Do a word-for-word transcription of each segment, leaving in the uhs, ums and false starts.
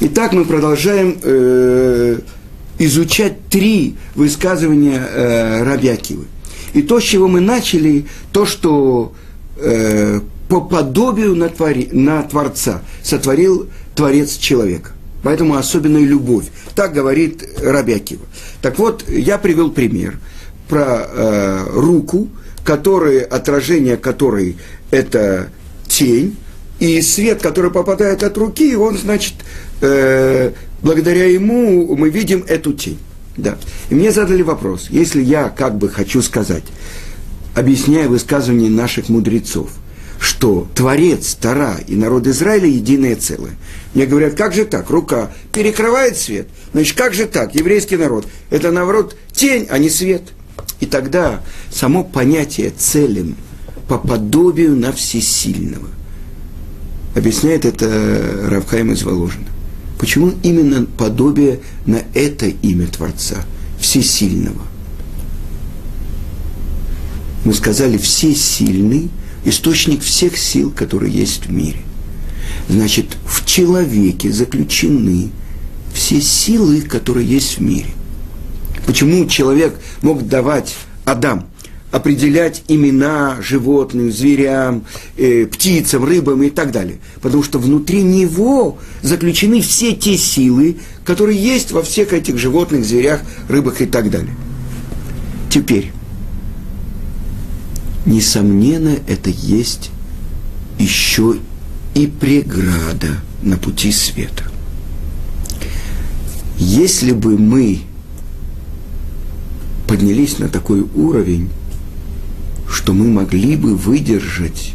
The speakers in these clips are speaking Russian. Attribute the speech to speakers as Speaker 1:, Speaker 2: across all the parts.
Speaker 1: Итак, мы продолжаем э, изучать три высказывания э, Раби Акивы. И то, с чего мы начали, то, что э, по подобию на, твори, на Творца сотворил Творец человека. Поэтому особенная любовь. Так говорит Раби Акива. Так вот, я привел пример про э, руку, которая, отражение которой это тень, и свет, который попадает от руки, он, значит, э, благодаря ему мы видим эту тень. Да. И мне задали вопрос, если я как бы хочу сказать, объясняя высказывание наших мудрецов, что Творец, Тора и народ Израиля единое целое. Мне говорят, как же так? Рука перекрывает свет. Значит, как же так? Еврейский народ. Это, наоборот, тень, а не свет. И тогда само понятие целым по подобию на всесильного. Объясняет это Рав Хаим из Воложина. Почему именно подобие на это имя Творца, всесильного? Мы сказали, всесильный – источник всех сил, которые есть в мире. Значит, в человеке заключены все силы, которые есть в мире. Почему человек мог давать, Адам, определять имена животным, зверям, э, птицам, рыбам и так далее? Потому что внутри него заключены все те силы, которые есть во всех этих животных, зверях, рыбах и так далее. Теперь, несомненно, это есть еще и преграда на пути света. Если бы мы поднялись на такой уровень, что мы могли бы выдержать,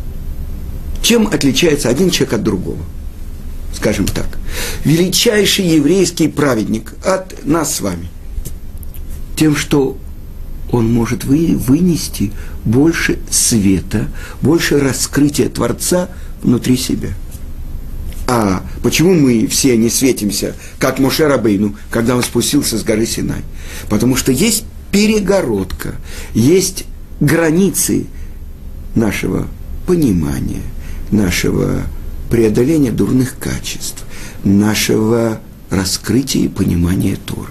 Speaker 1: чем отличается один человек от другого? Скажем так, величайший еврейский праведник от нас с вами, тем, что он может вы, вынести больше света, больше раскрытия Творца внутри себя. А почему мы все не светимся, как Моше Рабейну, когда он спустился с горы Синай? Потому что есть перегородка, есть границы нашего понимания, нашего преодоления дурных качеств, нашего раскрытия и понимания Торы.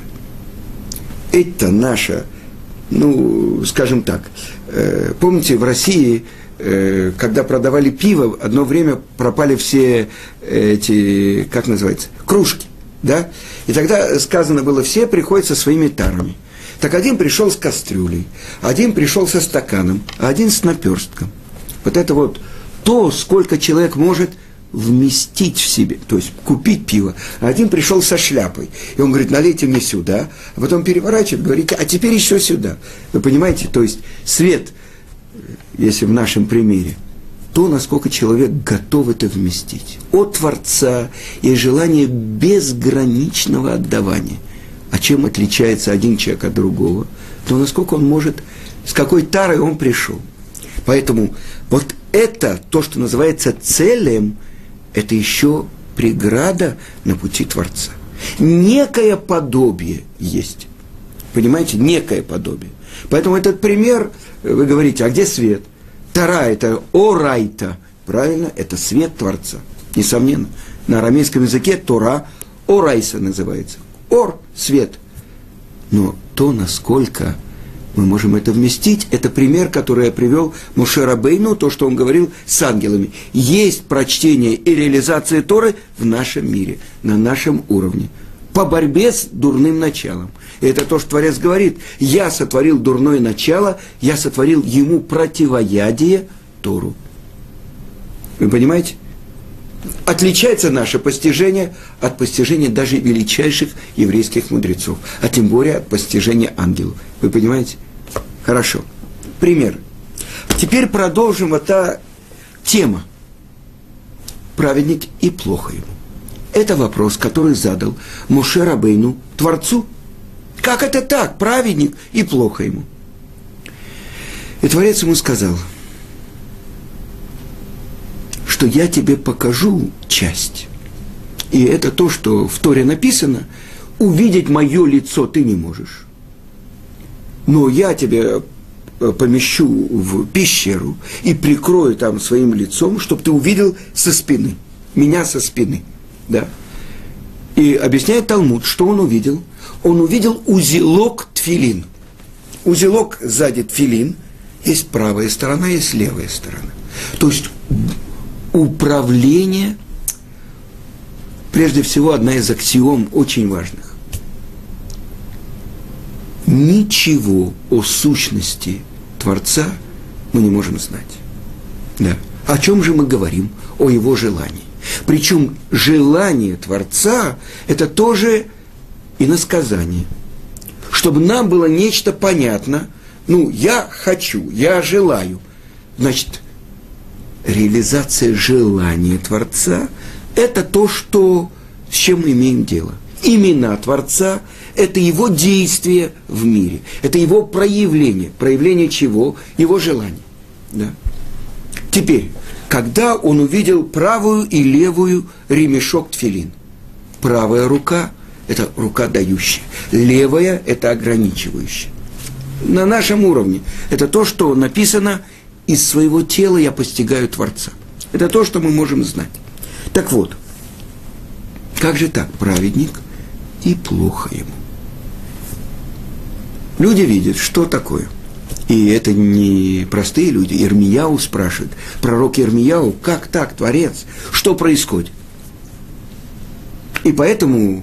Speaker 1: Это наша, ну, скажем так, э, помните, в России, э, когда продавали пиво, одно время пропали все эти, как называется, кружки, да? И тогда сказано было, все приходят со своими тарами. Так один пришел с кастрюлей, один пришел со стаканом, а один с наперстком. Вот это вот то, сколько человек может вместить в себе, то есть купить пиво. А один пришел со шляпой, и он говорит, налейте мне сюда, а потом переворачивает, говорит, а теперь еще сюда. Вы понимаете, то есть свет, если в нашем примере, то, насколько человек готов это вместить. От Творца есть желание безграничного отдавания. А чем отличается один человек от другого? То, насколько он может, с какой тарой он пришел. Поэтому вот это, то, что называется целем, это еще преграда на пути Творца. Некое подобие есть. Понимаете? Некое подобие. Поэтому этот пример, вы говорите, а где свет? Тора – это орайта. Правильно? Это свет Творца. Несомненно. На арамейском языке Тора орайса называется. Ор – свет. Но то, насколько мы можем это вместить, это пример, который я привел Моше Рабейну, то, что он говорил с ангелами. Есть прочтение и реализация Торы в нашем мире, на нашем уровне, по борьбе с дурным началом. И это то, что Творец говорит. Я сотворил дурное начало, я сотворил ему противоядие Тору. Вы понимаете? Отличается наше постижение от постижения даже величайших еврейских мудрецов, а тем более от постижения ангелов. Вы понимаете? Хорошо. Пример. Теперь продолжим вот та тема. Праведник и плохо ему. Это вопрос, который задал Моше Рабейну, Творцу. Как это так? Праведник и плохо ему. И Творец ему сказал, что я тебе покажу часть. И это то, что в Торе написано, увидеть мое лицо ты не можешь. Но я тебя помещу в пещеру и прикрою там своим лицом, чтобы ты увидел со спины, меня со спины. Да? И объясняет Талмуд, что он увидел. Он увидел узелок тфилин. Узелок сзади тфилин. Есть правая сторона, есть левая сторона. То есть управление, прежде всего, одна из аксиом очень важных. Ничего о сущности Творца мы не можем знать. Да. О чем же мы говорим? О его желании. Причем желание Творца – это тоже иносказание. Чтобы нам было нечто понятно, ну, я хочу, я желаю. Значит, реализация желания Творца – это то, что, с чем мы имеем дело. Имена Творца – это его действие в мире, это его проявление. Проявление чего? Его желания. Да. Теперь, когда он увидел правую и левую ремешок тфилин, правая рука – это рука дающая, левая – это ограничивающая. На нашем уровне это то, что написано «из своего тела я постигаю Творца». Это то, что мы можем знать. Так вот, как же так, праведник, и плохо ему. Люди видят, что такое. И это не простые люди. Ирмияу спрашивает, пророк Ирмияу, как так, Творец, что происходит? И поэтому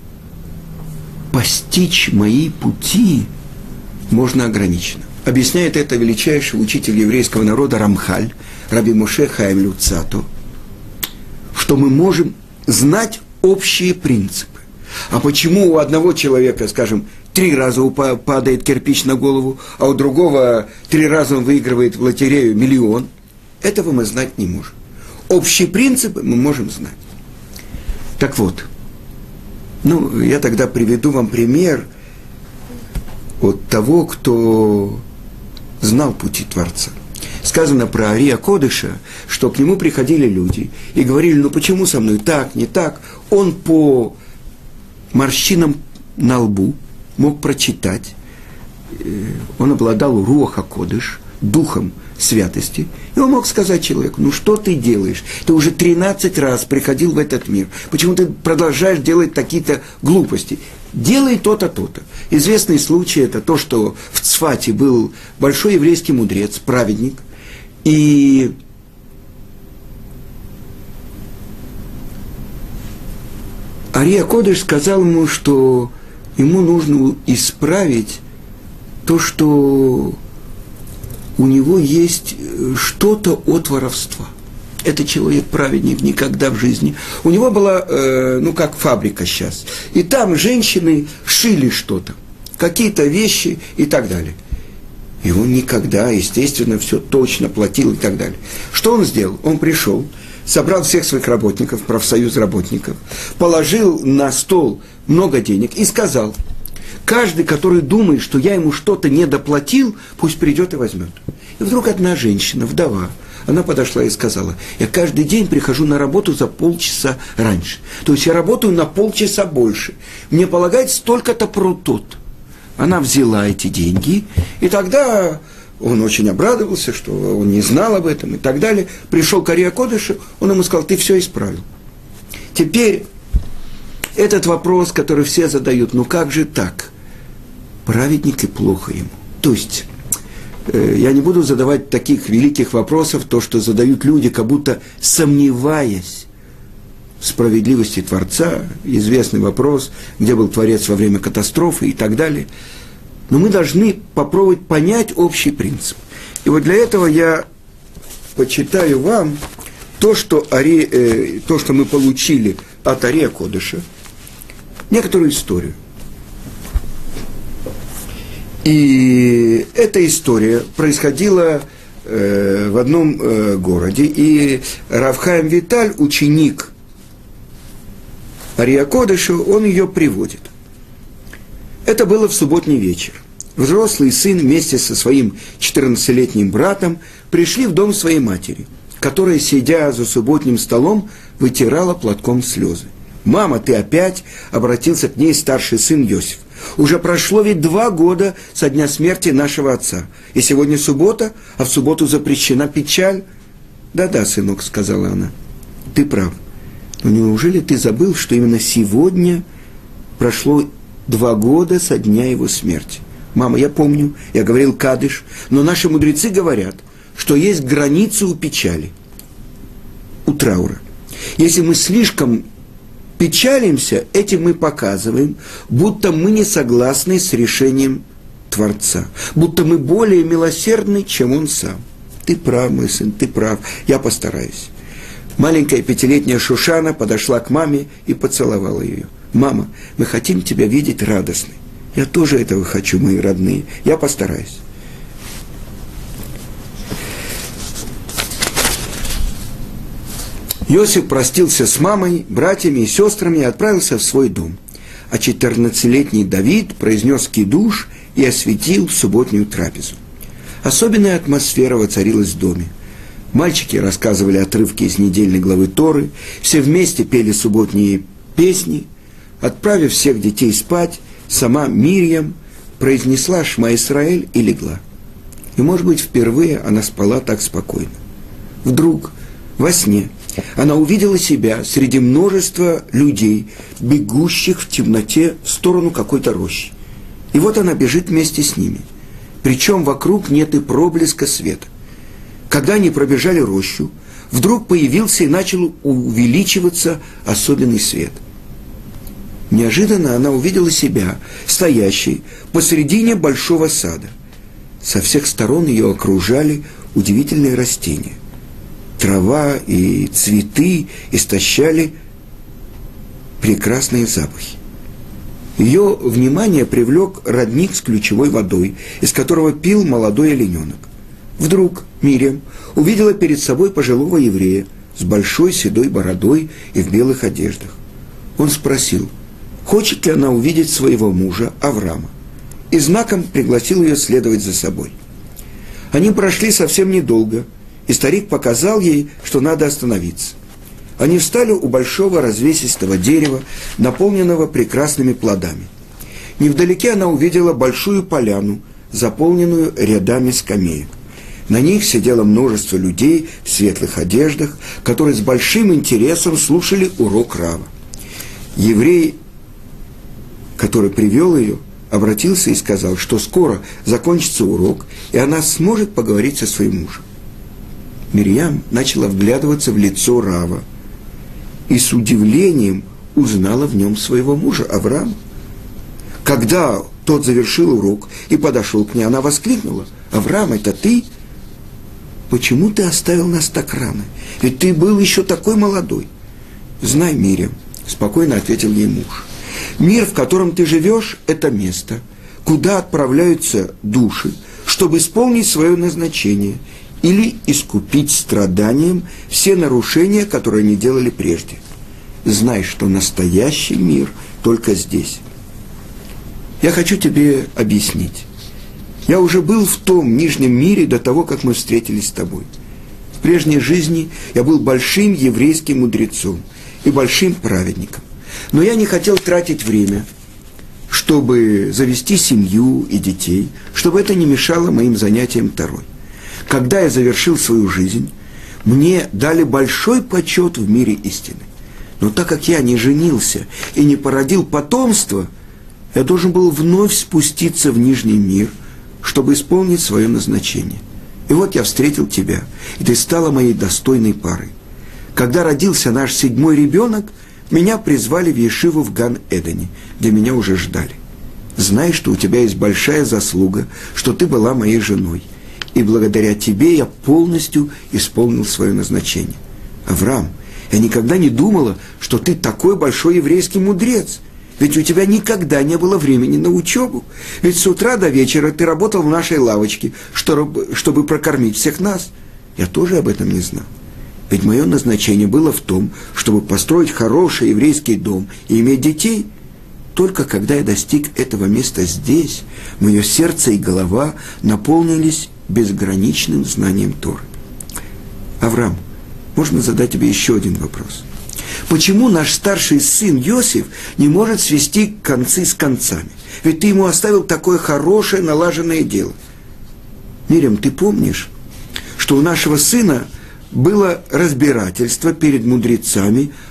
Speaker 1: постичь мои пути можно ограниченно. Объясняет это величайший учитель еврейского народа Рамхаль, Раби Моше Хаим Люцато, что мы можем знать общие принципы. А почему у одного человека, скажем, три раза падает кирпич на голову, а у другого три раза он выигрывает в лотерею миллион, этого мы знать не можем. Общие принципы мы можем знать. Так вот, ну, я тогда приведу вам пример от того, кто знал пути Творца. Сказано про Ария Кодыша, что к нему приходили люди и говорили, ну почему со мной так, не так? Он по морщинам на лбу мог прочитать, он обладал руаха кодыш, духом святости, и он мог сказать человеку, ну что ты делаешь? Ты уже тринадцать раз приходил в этот мир, почему ты продолжаешь делать какие-то глупости? Делай то-то, то-то. Известный случай – это то, что в Цфате был большой еврейский мудрец, праведник, и Ария Кодыш сказал ему, что ему нужно исправить то, что у него есть что-то от воровства. Этот человек, праведник, никогда в жизни. У него была, э, ну, как фабрика сейчас. И там женщины шили что-то, какие-то вещи и так далее. И он никогда, естественно, все точно платил и так далее. Что он сделал? Он пришел, собрал всех своих работников, профсоюз работников, положил на стол много денег и сказал, каждый, который думает, что я ему что-то не доплатил, пусть придет и возьмет. И вдруг одна женщина, вдова, она подошла и сказала, я каждый день прихожу на работу за полчаса раньше. То есть я работаю на полчаса больше. Мне полагается столько-то прутот. Она взяла эти деньги, и тогда он очень обрадовался, что он не знал об этом и так далее. Пришел к Ария Кодышу, он ему сказал, ты все исправил. Теперь этот вопрос, который все задают, ну как же так? Праведник и плохо ему. То есть я не буду задавать таких великих вопросов, то, что задают люди, как будто сомневаясь в справедливости Творца. Известный вопрос, где был Творец во время катастрофы и так далее. Но мы должны попробовать понять общий принцип. И вот для этого я почитаю вам то, что, Ари, э, то, что мы получили от Ария Кодыша, некоторую историю. И эта история происходила э, в одном э, городе, и Рав Хаим Виталь, ученик Ария Кодыша, он ее приводит. Это было в субботний вечер. Взрослый сын вместе со своим четырнадцатилетним братом пришли в дом своей матери, которая, сидя за субботним столом, вытирала платком слезы. «Мама, ты опять?» – обратился к ней старший сын Йосиф. «Уже прошло ведь два года со дня смерти нашего отца. И сегодня суббота, а в субботу запрещена печаль». «Да-да, сынок», – сказала она, – «ты прав. Но неужели ты забыл, что именно сегодня прошло два года со дня его смерти? Мама, я помню, я говорил кадыш, но наши мудрецы говорят, что есть границы у печали, у траура. Если мы слишком печалимся, этим мы показываем, будто мы не согласны с решением Творца, будто мы более милосердны, чем Он сам. Ты прав, мой сын, ты прав, я постараюсь. Маленькая пятилетняя Шушана подошла к маме и поцеловала ее. Мама, мы хотим тебя видеть радостной. Я тоже этого хочу, мои родные. Я постараюсь. Йосиф простился с мамой, братьями и сестрами и отправился в свой дом. А четырнадцатилетний Давид произнес кидуш и осветил субботнюю трапезу. Особенная атмосфера воцарилась в доме. Мальчики рассказывали отрывки из недельной главы Торы, все вместе пели субботние песни. Отправив всех детей спать, сама Мирьям произнесла «Шма Исраэль» и легла. И, может быть, впервые она спала так спокойно. Вдруг, во сне, она увидела себя среди множества людей, бегущих в темноте в сторону какой-то рощи. И вот она бежит вместе с ними. Причем вокруг нет и проблеска света. Когда они пробежали рощу, вдруг появился и начал увеличиваться особенный свет. Неожиданно она увидела себя, стоящей посредине большого сада. Со всех сторон ее окружали удивительные растения. Трава и цветы истощали прекрасные запахи. Ее внимание привлек родник с ключевой водой, из которого пил молодой олененок. Вдруг Мирьям увидела перед собой пожилого еврея с большой седой бородой и в белых одеждах. Он спросил, хочет ли она увидеть своего мужа Авраама, и знаком пригласил ее следовать за собой. Они прошли совсем недолго, и старик показал ей, что надо остановиться. Они встали у большого развесистого дерева, наполненного прекрасными плодами. Невдалеке она увидела большую поляну, заполненную рядами скамеек. На них сидело множество людей в светлых одеждах, которые с большим интересом слушали урок Рава. Еврей, который привел ее, обратился и сказал, что скоро закончится урок, и она сможет поговорить со своим мужем. Мирьям начала вглядываться в лицо Рава и с удивлением узнала в нем своего мужа Авраама. Когда тот завершил урок и подошел к ней, она воскликнула: «Авраам, это ты? Почему ты оставил нас так рано? Ведь ты был еще такой молодой». «Знай, Мирьям», – спокойно ответил ей муж, – «мир, в котором ты живешь, это место, куда отправляются души, чтобы исполнить свое назначение или искупить страданием все нарушения, которые они делали прежде. Знай, что настоящий мир только здесь. Я хочу тебе объяснить. Я уже был в том нижнем мире до того, как мы встретились с тобой. В прежней жизни я был большим еврейским мудрецом и большим праведником. Но я не хотел тратить время, чтобы завести семью и детей, чтобы это не мешало моим занятиям Торой. Когда я завершил свою жизнь, мне дали большой почет в мире истины. Но так как я не женился и не породил потомство, я должен был вновь спуститься в нижний мир, чтобы исполнить свое назначение. И вот я встретил тебя, и ты стала моей достойной парой. Когда родился наш седьмой ребенок, меня призвали в Ешиву в Ган-Эдене, где меня уже ждали. Знай, что у тебя есть большая заслуга, что ты была моей женой. И благодаря тебе я полностью исполнил свое назначение. Авраам, я никогда не думала, что ты такой большой еврейский мудрец. Ведь у тебя никогда не было времени на учебу. Ведь с утра до вечера ты работал в нашей лавочке, чтобы, чтобы прокормить всех нас. Я тоже об этом не знал. Ведь мое назначение было в том, чтобы построить хороший еврейский дом и иметь детей. Только когда я достиг этого места здесь, мое сердце и голова наполнились безграничным знанием Торы. Авраам, можно задать тебе еще один вопрос? Почему наш старший сын Йосиф не может свести концы с концами? Ведь ты ему оставил такое хорошее, налаженное дело. Мирьям, ты помнишь, что у нашего сына было разбирательство перед мудрецами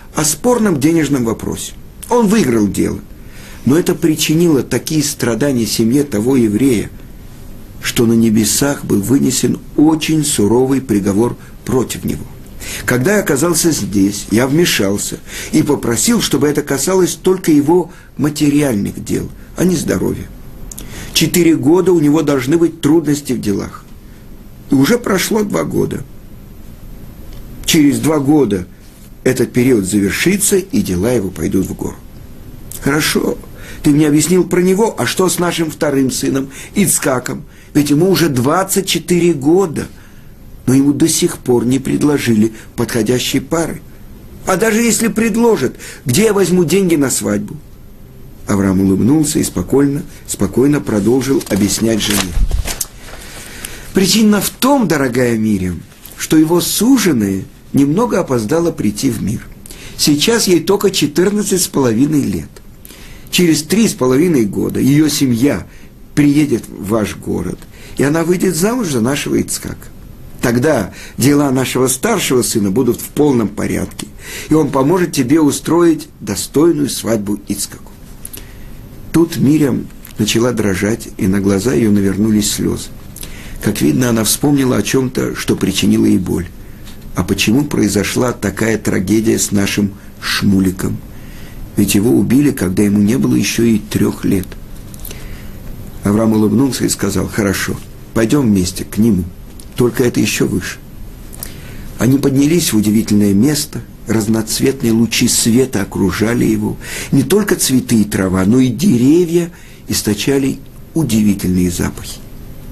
Speaker 1: о спорном денежном вопросе. Он выиграл дело. Но это причинило такие страдания семье того еврея, что на небесах был вынесен очень суровый приговор против него. Когда я оказался здесь, я вмешался и попросил, чтобы это касалось только его материальных дел, а не здоровья. Четыре года у него должны быть трудности в делах. И уже прошло два года. Через два года этот период завершится, и дела его пойдут в гору. Хорошо, ты мне объяснил про него, а что с нашим вторым сыном, Ицхаком? Ведь ему уже двадцать четыре года, но ему до сих пор не предложили подходящей пары. А даже если предложат, где я возьму деньги на свадьбу? Авраам улыбнулся и спокойно, спокойно продолжил объяснять жене. Причина в том, дорогая Мирьям, что его суженая немного опоздала прийти в мир. Сейчас ей только четырнадцать с половиной лет. Через три с половиной года ее семья приедет в ваш город, и она выйдет замуж за нашего Ицхака. Тогда дела нашего старшего сына будут в полном порядке, и он поможет тебе устроить достойную свадьбу Ицхаку. Тут Мирьям начала дрожать, и на глаза ее навернулись слезы. Как видно, она вспомнила о чем-то, что причинило ей боль. А почему произошла такая трагедия с нашим Шмуликом? Ведь его убили, когда ему не было еще и трех лет. Авраам улыбнулся и сказал: хорошо, пойдем вместе к нему, только это еще выше. Они поднялись в удивительное место, разноцветные лучи света окружали его. Не только цветы и трава, но и деревья источали удивительные запахи.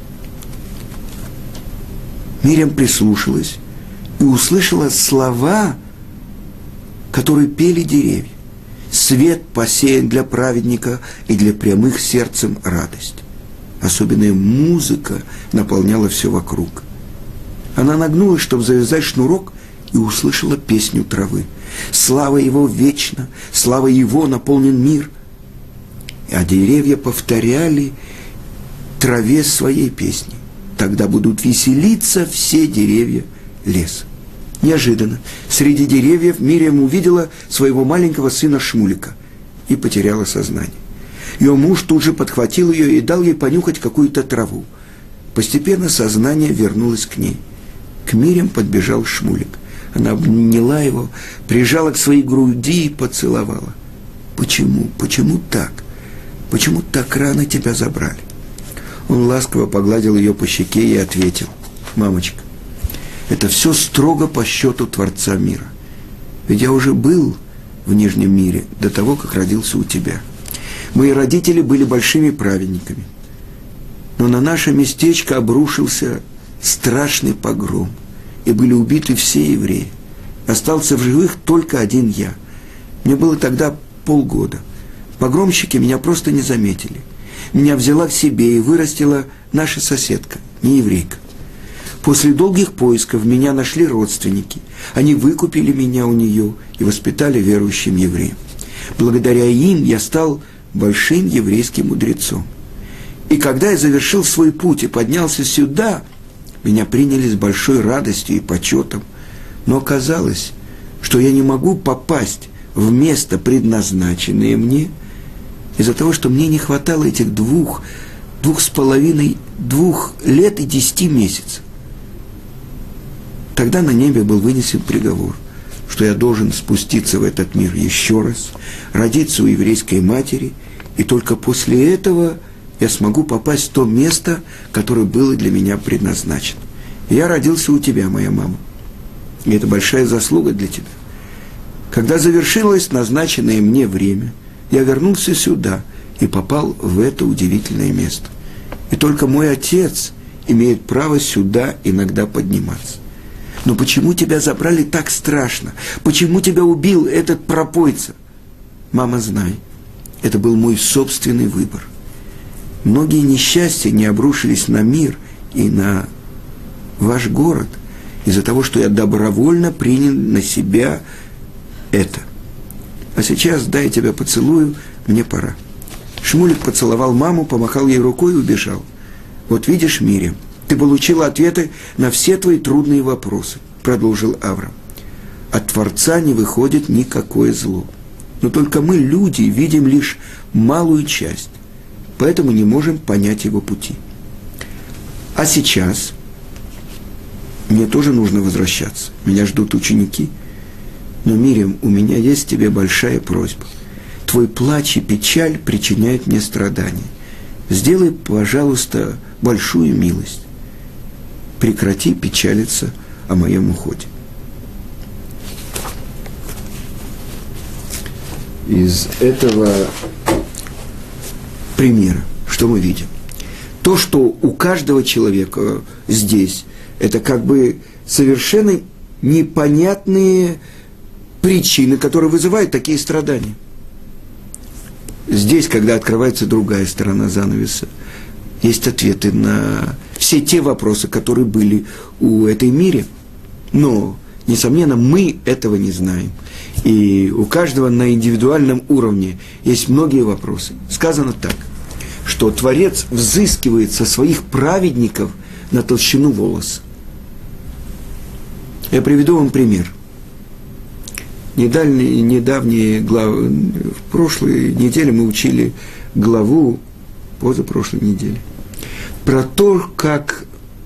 Speaker 1: Мирьям прислушалась и услышала слова, которые пели деревья. Свет посеян для праведника и для прямых сердцем радость. Особенная музыка наполняла все вокруг. Она нагнулась, чтобы завязать шнурок, и услышала песню травы. Слава его вечна, слава его наполнен мир. А деревья повторяли траве своей песни. Тогда будут веселиться все деревья леса. Неожиданно среди деревьев Мирьям увидела своего маленького сына Шмулика и потеряла сознание. Ее муж тут же подхватил ее и дал ей понюхать какую-то траву. Постепенно сознание вернулось к ней. К Мирьям подбежал Шмулик. Она обняла его, прижала к своей груди и поцеловала. «Почему? Почему так? Почему так рано тебя забрали?» Он ласково погладил ее по щеке и ответил: «Мамочка, это все строго по счету Творца мира. Ведь я уже был в Нижнем мире до того, как родился у тебя. Мои родители были большими праведниками. Но на наше местечко обрушился страшный погром, и были убиты все евреи. Остался в живых только один я. Мне было тогда полгода. Погромщики меня просто не заметили. Меня взяла к себе и вырастила наша соседка, не еврейка. После долгих поисков меня нашли родственники. Они выкупили меня у нее и воспитали верующим евреем. Благодаря им я стал большим еврейским мудрецом. И когда я завершил свой путь и поднялся сюда, меня приняли с большой радостью и почетом. Но оказалось, что я не могу попасть в место, предназначенное мне, из-за того, что мне не хватало этих двух, двух с половиной, двух лет и десяти месяцев. Тогда на небе был вынесен приговор, что я должен спуститься в этот мир еще раз, родиться у еврейской матери, и только после этого я смогу попасть в то место, которое было для меня предназначено. Я родился у тебя, моя мама. И это большая заслуга для тебя. Когда завершилось назначенное мне время, я вернулся сюда и попал в это удивительное место. И только мой отец имеет право сюда иногда подниматься. Но почему тебя забрали так страшно? Почему тебя убил этот пропойца? Мама, знай, это был мой собственный выбор. Многие несчастья не обрушились на мир и на ваш город из-за того, что я добровольно принял на себя это. А сейчас, дай я тебя поцелую, мне пора. Шмулик поцеловал маму, помахал ей рукой и убежал. Вот видишь, Мирьям, ты получила ответы на все твои трудные вопросы, продолжил Авраам. от Творца не выходит никакое зло. Но только мы, люди, видим лишь малую часть, поэтому не можем понять его пути. А сейчас мне тоже нужно возвращаться. Меня ждут ученики. Но, Мирьям, у меня есть к тебе большая просьба. Твой плач и печаль причиняют мне страдания. Сделай, пожалуйста, большую милость. Прекрати печалиться о моем уходе. Из этого примера, что мы видим? То, что у каждого человека здесь, это как бы совершенно непонятные причины, которые вызывают такие страдания. Здесь, когда открывается другая сторона занавеса, есть ответы на все те вопросы, которые были у этой мире. Но, несомненно, мы этого не знаем. И у каждого на индивидуальном уровне есть многие вопросы. Сказано так, что Творец взыскивает со своих праведников на толщину волоса. Я приведу вам пример. Недавние, недавние главы, в прошлой неделе мы учили главу, позапрошлой неделе, про то, как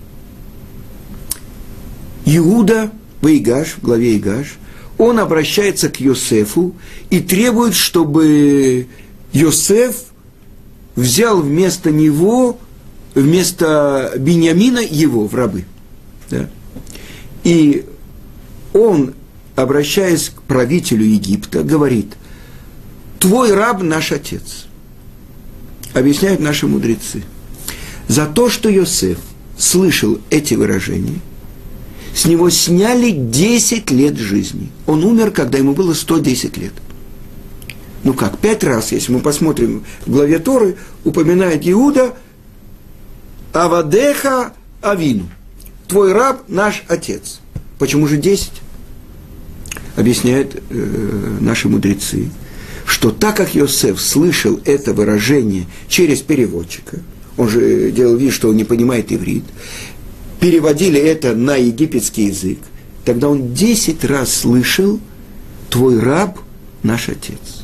Speaker 1: Иуда, Ваигаш, в главе Игаш, он обращается к Йосефу и требует, чтобы Йосеф взял вместо него, вместо Биньямина его в рабы. Да? И он, обращаясь к правителю Египта, говорит: «Твой раб наш отец». Объясняют наши мудрецы. За то, что Йосеф слышал эти выражения, с него сняли десять лет жизни. Он умер, когда ему было сто десять лет. Ну как, пять раз, если мы посмотрим в главе Торы, упоминает Иуда «Авадеха Авину». Твой раб наш отец. Почему же десять? Объясняют э, наши мудрецы, что так как Йосеф слышал это выражение через переводчика, он же делал вид, что он не понимает иврит, переводили это на египетский язык, тогда он десять раз слышал «Твой раб наш отец».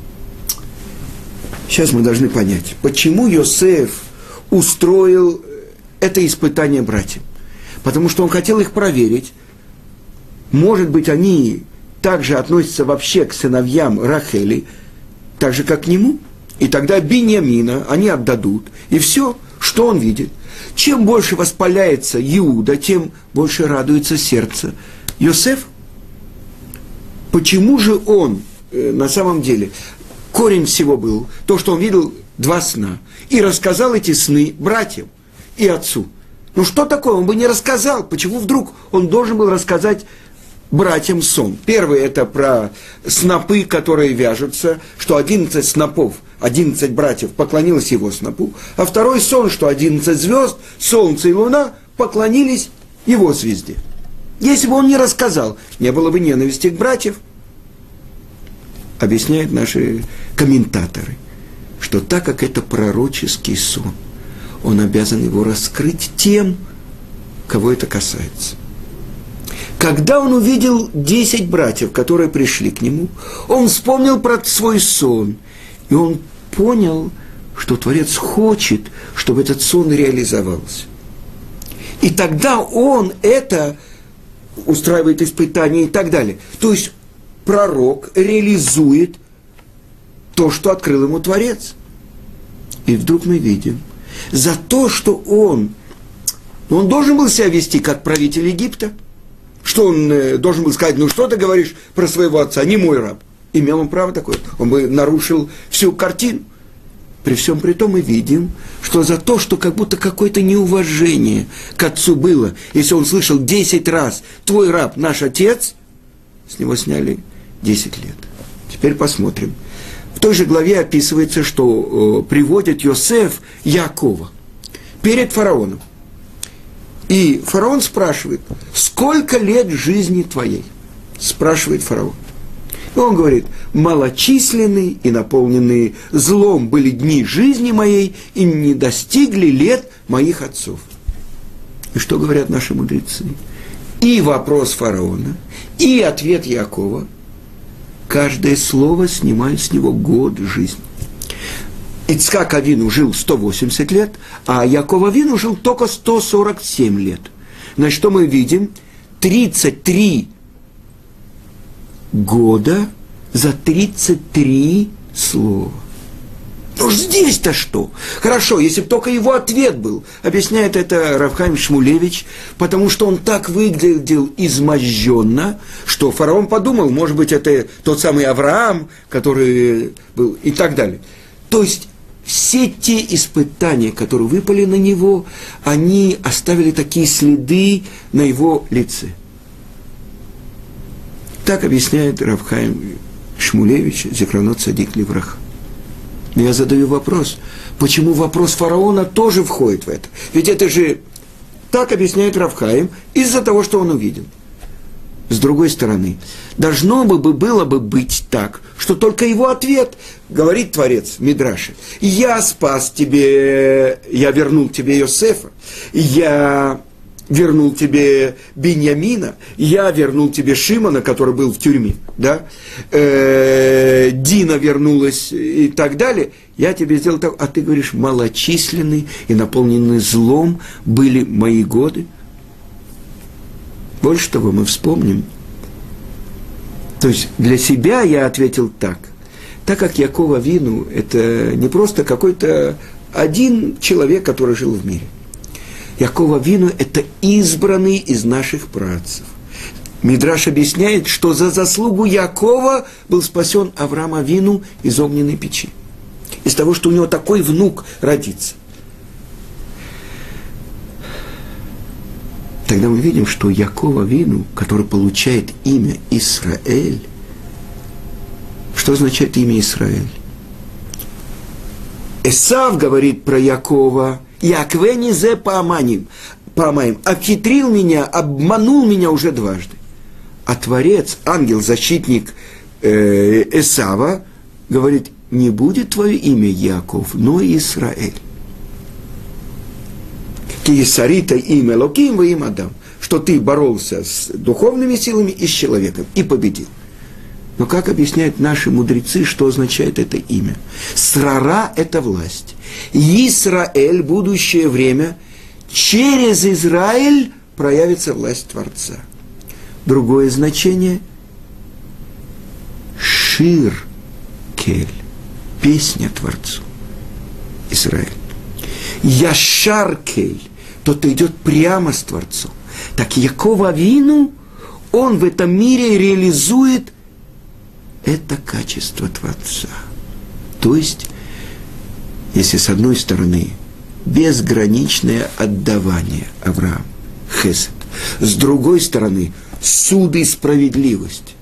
Speaker 1: Сейчас мы должны понять, почему Йосеф устроил это испытание братьям. Потому что он хотел их проверить. Может быть, они также относятся вообще к сыновьям Рахели, так же, как к нему. И тогда Биньямина они отдадут. И все, что он видит. Чем больше воспаляется Иуда, тем больше радуется сердце Йосеф. Почему же он, э, на самом деле, корень всего был то, что он видел два сна. И рассказал эти сны братьям и отцу. Ну что такое? Он бы не рассказал. Почему вдруг он должен был рассказать братьям сон? Первый – это про снопы, которые вяжутся, что одиннадцать снопов, одиннадцать братьев поклонилось его снопу. А второй сон, что одиннадцать звезд, солнце и луна поклонились его звезде. Если бы он не рассказал, не было бы ненависти к братьям. Объясняют наши комментаторы, что так как это пророческий сон, он обязан его раскрыть тем, кого это касается. Когда он увидел десять братьев, которые пришли к нему, он вспомнил про свой сон, и он понял, что Творец хочет, чтобы этот сон реализовался. И тогда он это устраивает испытания и так далее. То есть пророк реализует то, что открыл ему Творец. И вдруг мы видим, за то, что он, он должен был себя вести как правитель Египта, что он э, должен был сказать: ну что ты говоришь про своего отца, не мой раб. Имел он право такое, он бы нарушил всю картину. При всем при том мы видим, что за то, что как будто какое-то неуважение к отцу было, если он слышал десять раз «твой раб наш отец», с него сняли десять лет. Теперь посмотрим. В той же главе описывается, что э, приводит Йосеф Яакова перед фараоном. И фараон спрашивает: сколько лет жизни твоей? Спрашивает фараон. И он говорит: малочисленные и наполненные злом были дни жизни моей, и не достигли лет моих отцов. И что говорят наши мудрецы? и вопрос фараона, и ответ Якова, каждое слово снимает с него год жизни. Ицхак Авину жил сто восемьдесят лет, а Яков Авину жил только сто сорок семь лет. Значит, что мы видим? тридцать три года за тридцать три слова. Ну здесь-то что? Хорошо, если бы только его ответ был, объясняет это Рав Хаим Шмулевич, потому что он так выглядел изможденно, что фараон подумал, может быть, это тот самый Авраам, который был, и так далее. То есть все те испытания, которые выпали на него, они оставили такие следы на его лице. Так объясняет Рав Хаим Шмулевич, Зикронот Цадик Левраха. Я задаю вопрос, почему вопрос фараона тоже входит в это? Ведь это же, так объясняет Рав Хаим, из-за того, что он увидел. С другой стороны, должно бы было бы быть так, что только его ответ, говорит Творец в Мидраше, я спас тебе, я вернул тебе Йосефа, я вернул тебе Биньямина, я вернул тебе Шимона, который был в тюрьме, да? э, Дина вернулась и так далее, я тебе сделал так, а ты говоришь, малочисленный и наполненный злом были мои годы. Больше того, мы вспомним, то есть для себя я ответил так, так как Яков Авину это не просто какой-то один человек, который жил в мире. Яков Авину – это избранный из наших працев. Мидраш объясняет, что за заслугу Якова был спасен Авраам Авину из огненной печи. Из того, что у него такой внук родится. Тогда мы видим, что Яков Авину, который получает имя Исраэль, что означает имя Исраэль? Эсав говорит про Якова, Яквени зе пааманим, паамаим, обхитрил меня, обманул меня уже дважды. А Творец, ангел-защитник э, Эсава, говорит, не будет твое имя Яков, но Исраэль. Киесарита имя Локим во им Адам, что ты боролся с духовными силами и с человеком, и победил. Но как объясняют наши мудрецы, что означает это имя? Срара – это власть. Исраэль, будущее время, через Израиль проявится власть Творца. Другое значение – Шир Кель, песня Творцу. Израиль. Яшар Кель, тот, кто идет прямо с Творцом. Так Яков Авину, он в этом мире реализует это качество Творца. То есть, если с одной стороны безграничное отдавание Авраам, хесед, с другой стороны суд и справедливость,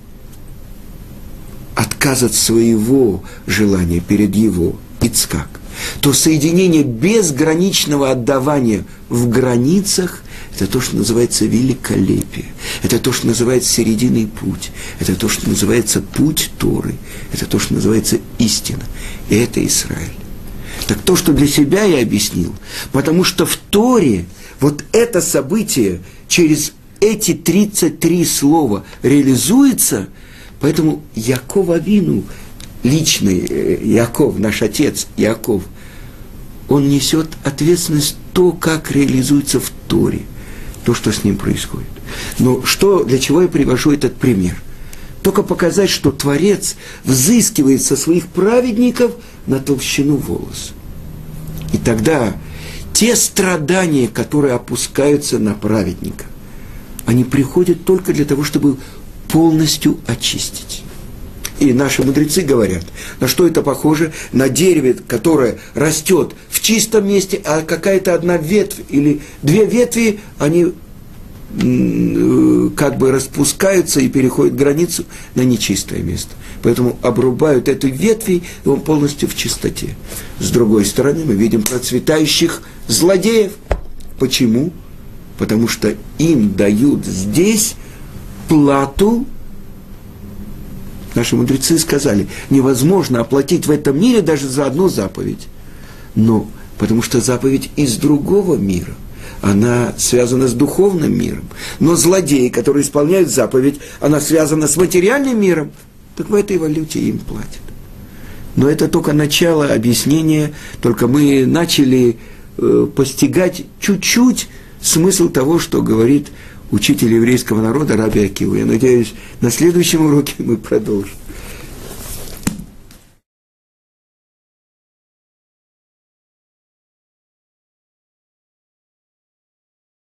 Speaker 1: отказ от своего желания перед его, Ицхак, то соединение безграничного отдавания в границах – это то, что называется великолепие, это то, что называется серединный путь, это то, что называется путь Торы, это то, что называется истина, и это Израиль. Так то, что для себя я объяснил, потому что в Торе вот это событие через эти тридцать три слова реализуется, поэтому Яков Авину, личный Яков, наш отец Яков, он несет ответственность то, как реализуется в Торе, то, что с ним происходит. Но что, для чего я привожу этот пример? Только показать, что Творец взыскивает со своих праведников на толщину волос. И тогда те страдания, которые опускаются на праведника, они приходят только для того, чтобы полностью очистить. И наши мудрецы говорят, на что это похоже? На дереве, которое растет в чистом месте, а какая-то одна ветвь или две ветви, они как бы распускаются и переходят границу на нечистое место. Поэтому обрубают эту ветви, и он полностью в чистоте. С другой стороны, мы видим процветающих злодеев. Почему? Потому что им дают здесь плату. Наши мудрецы сказали, невозможно оплатить в этом мире даже за одну заповедь. Но потому что заповедь из другого мира. она связана с духовным миром. Но злодеи, которые исполняют заповедь, она связана с материальным миром. Так в этой валюте им платят. Но это только начало объяснения, только мы начали э, постигать чуть-чуть смысл того, что говорит учитель еврейского народа Раби Акива. Я надеюсь, на следующем уроке мы продолжим.